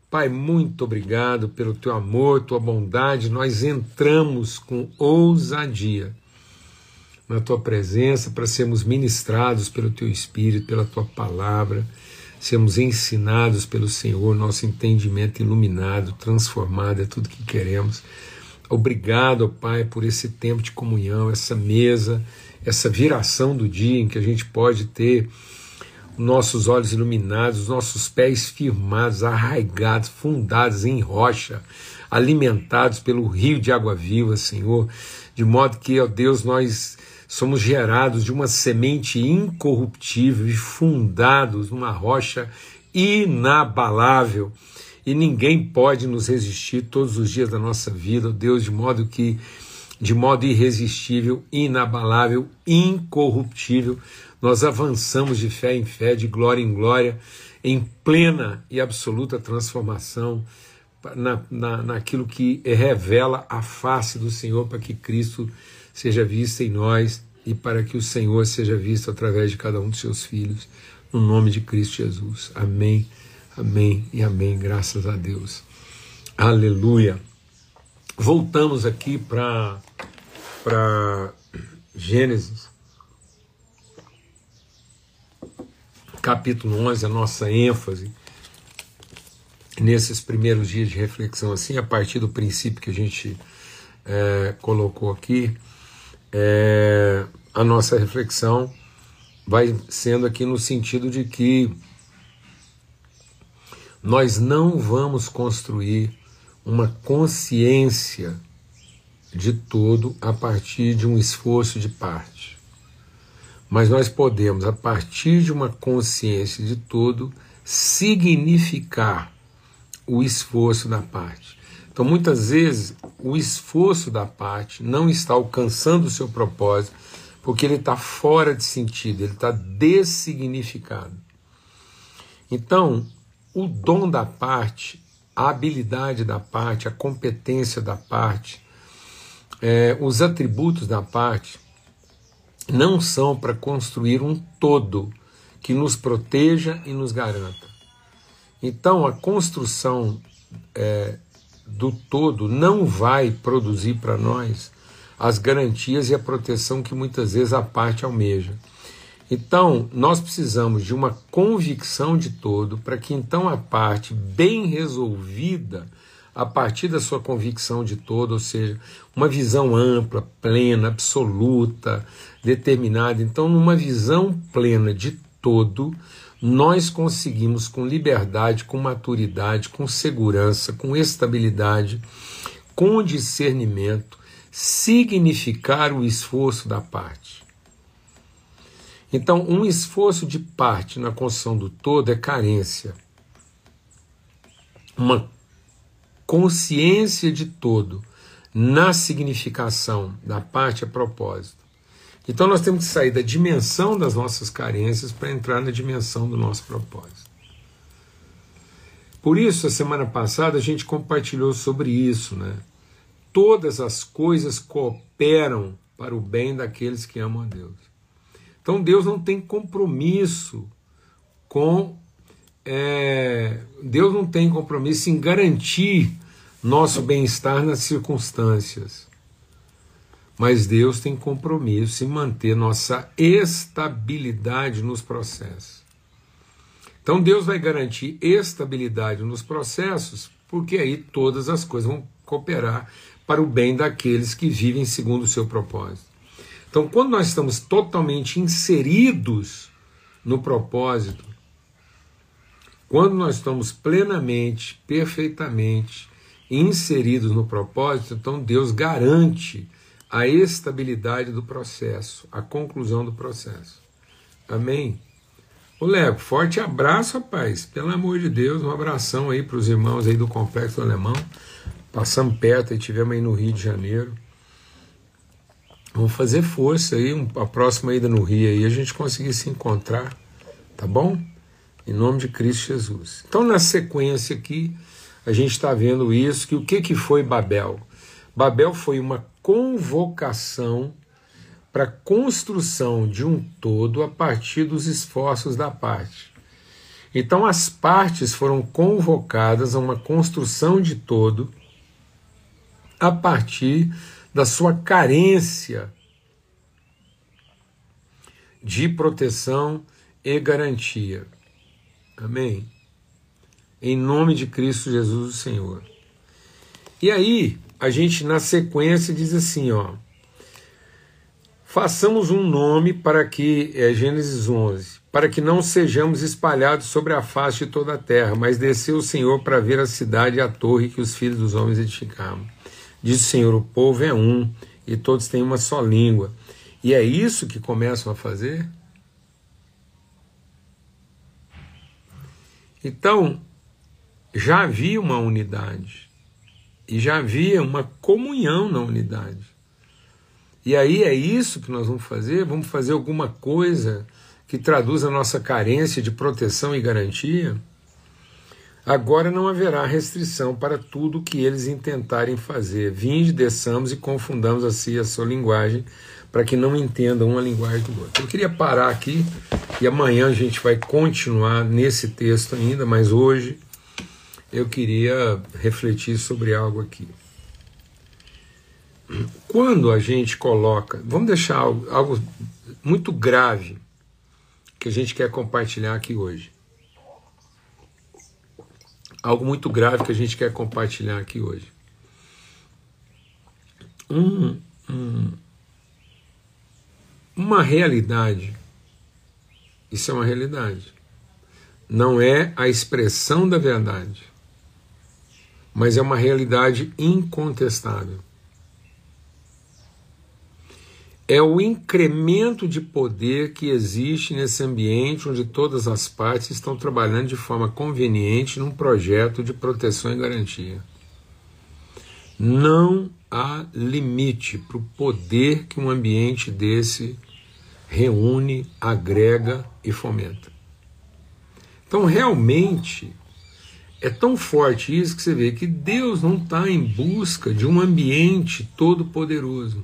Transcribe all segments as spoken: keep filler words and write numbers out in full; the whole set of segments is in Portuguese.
Pai, muito obrigado pelo teu amor, tua bondade. Nós entramos com ousadia na tua presença para sermos ministrados pelo teu Espírito, pela tua palavra, sermos ensinados pelo Senhor, nosso entendimento iluminado, transformado, é tudo que queremos. Obrigado, Pai, por esse tempo de comunhão, essa mesa, essa viração do dia em que a gente pode ter nossos olhos iluminados, nossos pés firmados, arraigados, fundados em rocha, alimentados pelo rio de água viva, Senhor, de modo que, ó Deus, nós somos gerados de uma semente incorruptível e fundados numa rocha inabalável, e ninguém pode nos resistir todos os dias da nossa vida, ó Deus, de modo que, de modo irresistível, inabalável, incorruptível, nós avançamos de fé em fé, de glória em glória, em plena e absoluta transformação na, na, naquilo que revela a face do Senhor, para que Cristo seja visto em nós e para que o Senhor seja visto através de cada um dos seus filhos, no nome de Cristo Jesus. Amém, amém e amém, graças a Deus. Aleluia. Voltamos aqui para para Gênesis, capítulo onze, a nossa ênfase nesses primeiros dias de reflexão, assim, a partir do princípio que a gente é, colocou aqui, é, a nossa reflexão vai sendo aqui no sentido de que nós não vamos construir uma consciência de todo a partir de um esforço de parte. Mas nós podemos, a partir de uma consciência de todo, significar o esforço da parte. Então, muitas vezes, o esforço da parte não está alcançando o seu propósito, porque ele está fora de sentido, ele está dessignificado. Então, o dom da parte, a habilidade da parte, a competência da parte, é, os atributos da parte, não são para construir um todo que nos proteja e nos garanta. Então, a construção é, do todo não vai produzir para nós as garantias e a proteção que muitas vezes a parte almeja. Então, nós precisamos de uma convicção de todo para que então a parte bem resolvida, a partir da sua convicção de todo, ou seja, uma visão ampla, plena, absoluta, determinada. Então, numa visão plena de todo, nós conseguimos com liberdade, com maturidade, com segurança, com estabilidade, com discernimento, significar o esforço da parte. Então, um esforço de parte na construção do todo é carência. Uma consciência de todo na significação da parte é propósito. Então nós temos que sair da dimensão das nossas carências para entrar na dimensão do nosso propósito. Por isso, a semana passada a gente compartilhou sobre isso, né? Todas as coisas cooperam para o bem daqueles que amam a Deus. Então Deus não tem compromisso com é, Deus não tem compromisso em garantir nosso bem-estar nas circunstâncias. Mas Deus tem compromisso em manter nossa estabilidade nos processos. Então Deus vai garantir estabilidade nos processos, porque aí todas as coisas vão cooperar para o bem daqueles que vivem segundo o seu propósito. Então, quando nós estamos totalmente inseridos no propósito, quando nós estamos plenamente, perfeitamente inseridos no propósito, então Deus garante a estabilidade do processo, a conclusão do processo. Amém? Ô Lego, forte abraço, rapaz. Pelo amor de Deus, um abração aí para os irmãos aí do Complexo Alemão. Passamos perto e tivemos aí no Rio de Janeiro. Vamos fazer força aí, a próxima ida no Rio aí, a gente conseguir se encontrar, tá bom? Em nome de Cristo Jesus. Então, na sequência aqui, a gente está vendo isso, que o que, que foi Babel? Babel foi uma convocação para a construção de um todo a partir dos esforços da parte. Então as partes foram convocadas a uma construção de todo a partir da sua carência de proteção e garantia. Amém? Em nome de Cristo Jesus, o Senhor. E aí, a gente na sequência diz assim, ó, façamos um nome para que, é Gênesis onze, para que não sejamos espalhados sobre a face de toda a terra, mas desceu o Senhor para ver a cidade e a torre que os filhos dos homens edificaram. Diz o Senhor, o povo é um, e todos têm uma só língua. E é isso que começam a fazer? Então, já havia uma unidade, e já havia uma comunhão na unidade. E aí é isso que nós vamos fazer? Vamos fazer alguma coisa que traduz a nossa carência de proteção e garantia? Agora não haverá restrição para tudo que eles intentarem fazer. Vinde, desçamos e confundamos assim a sua linguagem, para que não entendam uma linguagem do outro. Eu queria parar aqui, e amanhã a gente vai continuar nesse texto ainda, mas hoje eu queria refletir sobre algo aqui. Quando a gente coloca, vamos deixar algo, algo muito grave que a gente quer compartilhar aqui hoje. Algo muito grave que a gente quer compartilhar aqui hoje. Um, um, uma realidade, isso é uma realidade, não é a expressão da verdade, mas é uma realidade incontestável. É o incremento de poder que existe nesse ambiente onde todas as partes estão trabalhando de forma conveniente num projeto de proteção e garantia. Não há limite para o poder que um ambiente desse reúne, agrega e fomenta. Então, realmente, é tão forte isso que você vê que Deus não está em busca de um ambiente todo-poderoso.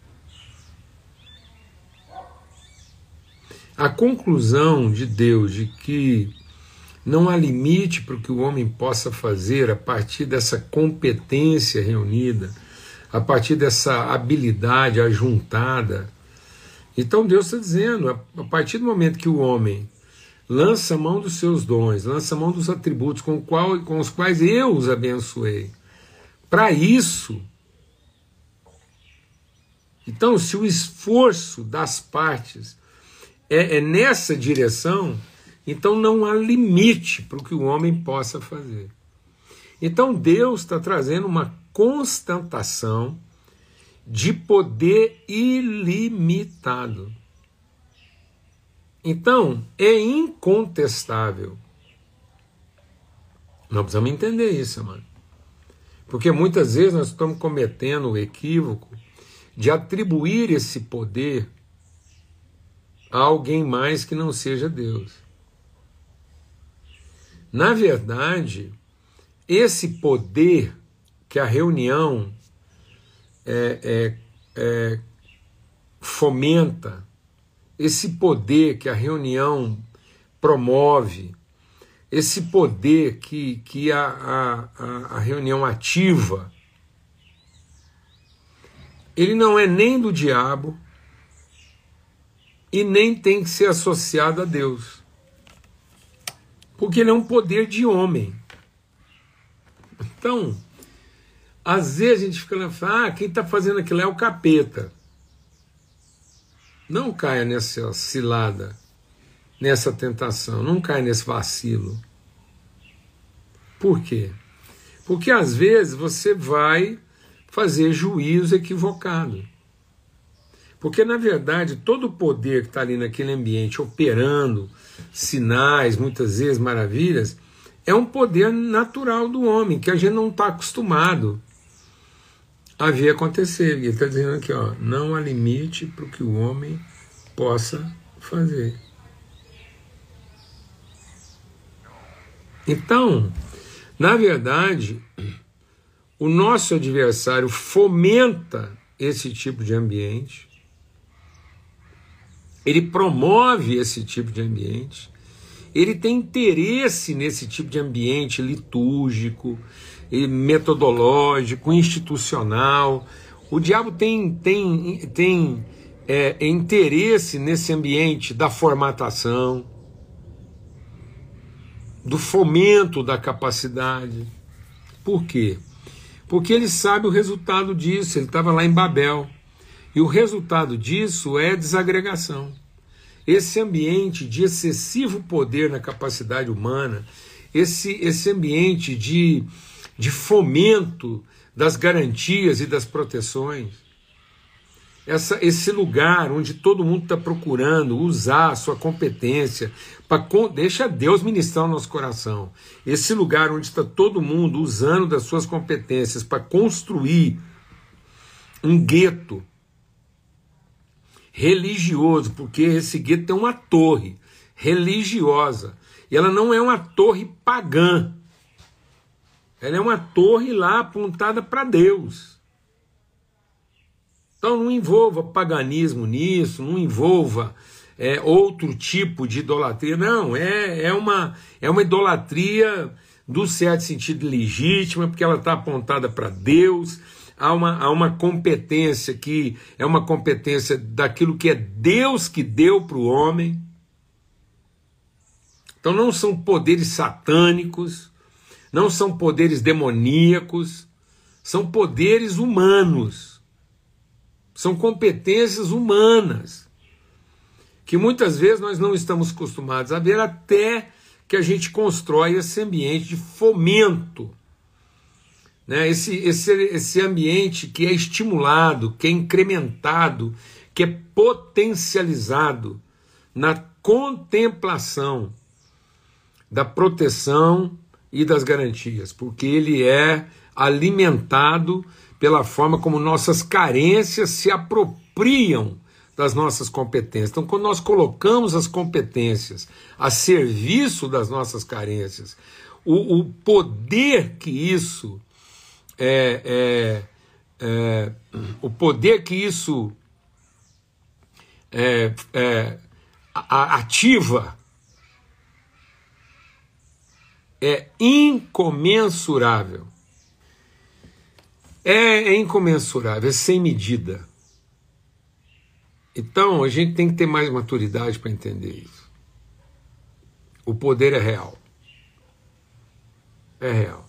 A conclusão de Deus de que não há limite para o que o homem possa fazer a partir dessa competência reunida, a partir dessa habilidade ajuntada. Então Deus está dizendo, a partir do momento que o homem lança a mão dos seus dons, lança a mão dos atributos com, qual, com os quais eu os abençoei, para isso, então se o esforço das partes É, é nessa direção, então não há limite para o que o homem possa fazer. Então Deus está trazendo uma constatação de poder ilimitado. Então, é incontestável. Nós precisamos entender isso, mano. Porque muitas vezes nós estamos cometendo o equívoco de atribuir esse poder a alguém mais que não seja Deus. Na verdade, esse poder que a reunião é, é, é, fomenta, esse poder que a reunião promove, esse poder que, que a, a, a reunião ativa, ele não é nem do diabo, e nem tem que ser associado a Deus. Porque ele é um poder de homem. Então, às vezes a gente fica lá, ah, quem está fazendo aquilo é o capeta. Não caia nessa cilada, nessa tentação, não caia nesse vacilo. Por quê? Porque às vezes você vai fazer juízo equivocado. Porque, na verdade, todo o poder que está ali naquele ambiente, operando sinais, muitas vezes maravilhas, é um poder natural do homem, que a gente não está acostumado a ver acontecer. Ele está dizendo aqui, ó, não há limite para o que o homem possa fazer. Então, na verdade, o nosso adversário fomenta esse tipo de ambiente, ele promove esse tipo de ambiente, ele tem interesse nesse tipo de ambiente litúrgico, metodológico, institucional. O diabo tem, tem, tem é, interesse nesse ambiente da formatação, do fomento da capacidade. Por quê? Porque ele sabe o resultado disso. Ele estava lá em Babel. E o resultado disso é desagregação. Esse ambiente de excessivo poder na capacidade humana, esse, esse ambiente de, de fomento das garantias e das proteções, essa, esse lugar onde todo mundo está procurando usar a sua competência, pra, deixa Deus ministrar o nosso coração, esse lugar onde está todo mundo usando das suas competências para construir um gueto religioso, porque esse gueto tem uma torre religiosa, e ela não é uma torre pagã, ela é uma torre lá apontada para Deus. Então não envolva paganismo nisso, não envolva é, outro tipo de idolatria, não, é, é, uma, é uma idolatria do certo sentido legítima, porque ela está apontada para Deus. Há uma, há uma competência que é uma competência daquilo que é Deus que deu para o homem. Então não são poderes satânicos, não são poderes demoníacos, são poderes humanos, são competências humanas, que muitas vezes nós não estamos acostumados a ver até que a gente constrói esse ambiente de fomento. Né, esse, esse, esse ambiente que é estimulado, que é incrementado, que é potencializado na contemplação da proteção e das garantias, porque ele é alimentado pela forma como nossas carências se apropriam das nossas competências. Então, quando nós colocamos as competências a serviço das nossas carências, o, o poder que isso É, é, é, o poder que isso é, é, ativa é incomensurável. É, é incomensurável, é sem medida. Então a gente tem que ter mais maturidade para entender isso. O poder é real. É real.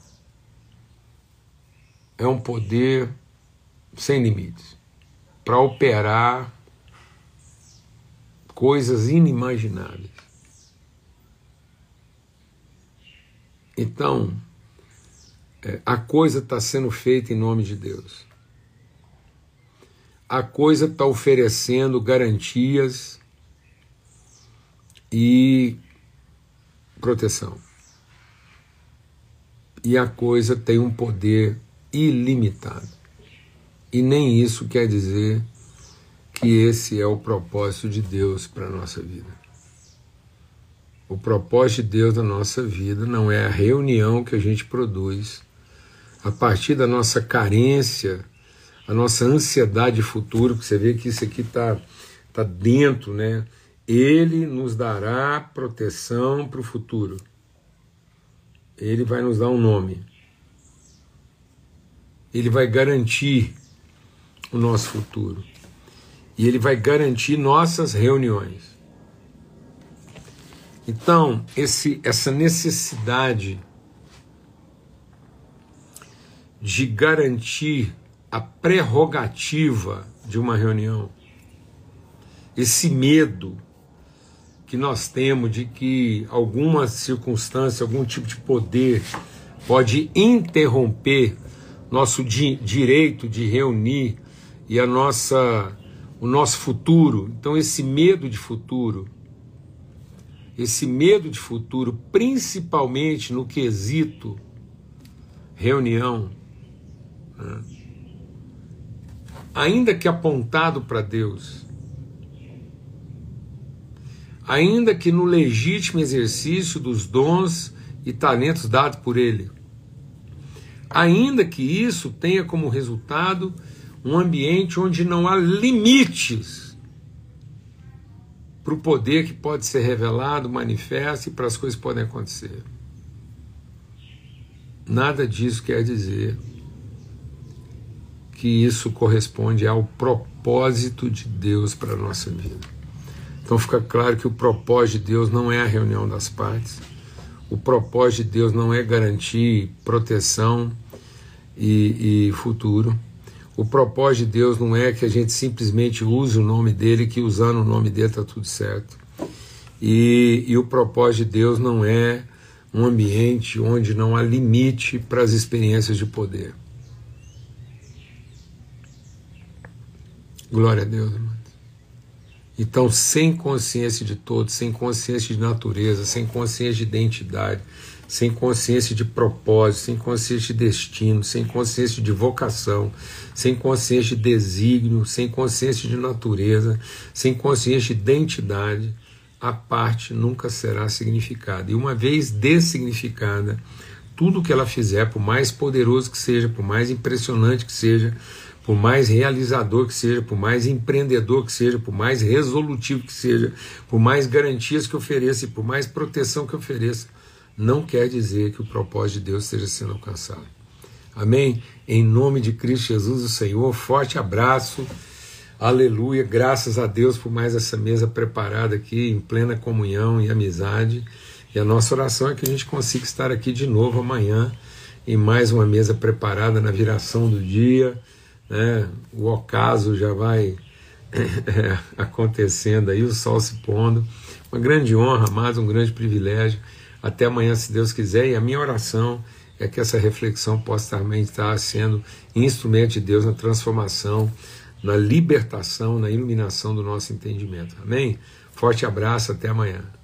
É um poder sem limites para operar coisas inimagináveis. Então, é, a coisa está sendo feita em nome de Deus. A coisa está oferecendo garantias e proteção. E a coisa tem um poder ilimitado. E nem isso quer dizer que esse é o propósito de Deus para a nossa vida. O propósito de Deus na nossa vida não é a reunião que a gente produz a partir da nossa carência, a nossa ansiedade de futuro, porque você vê que isso aqui está tá dentro, né? Ele nos dará proteção para o futuro. Ele vai nos dar um nome. Ele vai garantir o nosso futuro. E ele vai garantir nossas reuniões. Então, esse, essa necessidade de garantir a prerrogativa de uma reunião, esse medo que nós temos de que alguma circunstância, algum tipo de poder pode interromper nosso di- direito de reunir e a nossa, o nosso futuro. Então esse medo de futuro, esse medo de futuro, principalmente no quesito reunião, né? Ainda que apontado para Deus, ainda que no legítimo exercício dos dons e talentos dados por Ele, ainda que isso tenha como resultado um ambiente onde não há limites para o poder que pode ser revelado, manifesto e para as coisas que podem acontecer. Nada disso quer dizer que isso corresponde ao propósito de Deus para a nossa vida. Então fica claro que o propósito de Deus não é a reunião das partes, o propósito de Deus não é garantir proteção e, e futuro. O propósito de Deus não é que a gente simplesmente use o nome dele, que usando o nome dele está tudo certo. E, e o propósito de Deus não é um ambiente onde não há limite para as experiências de poder. Glória a Deus, irmãos. Então, sem consciência de todo, sem consciência de natureza, sem consciência de identidade, sem consciência de propósito, sem consciência de destino, sem consciência de vocação, sem consciência de desígnio, sem consciência de natureza, sem consciência de identidade, a parte nunca será significada. E uma vez dessignificada, tudo que ela fizer, por mais poderoso que seja, por mais impressionante que seja, por mais realizador que seja, por mais empreendedor que seja, por mais resolutivo que seja, por mais garantias que ofereça e por mais proteção que ofereça, não quer dizer que o propósito de Deus esteja sendo alcançado. Amém? Em nome de Cristo Jesus, o Senhor, forte abraço, aleluia, graças a Deus por mais essa mesa preparada aqui, em plena comunhão e amizade, e a nossa oração é que a gente consiga estar aqui de novo amanhã, em mais uma mesa preparada na viração do dia, né? O ocaso já vai é, acontecendo aí, o sol se pondo, uma grande honra, amados, um grande privilégio. Até amanhã, se Deus quiser, e a minha oração é que essa reflexão possa também estar sendo instrumento de Deus na transformação, na libertação, na iluminação do nosso entendimento. Amém? Forte abraço, até amanhã.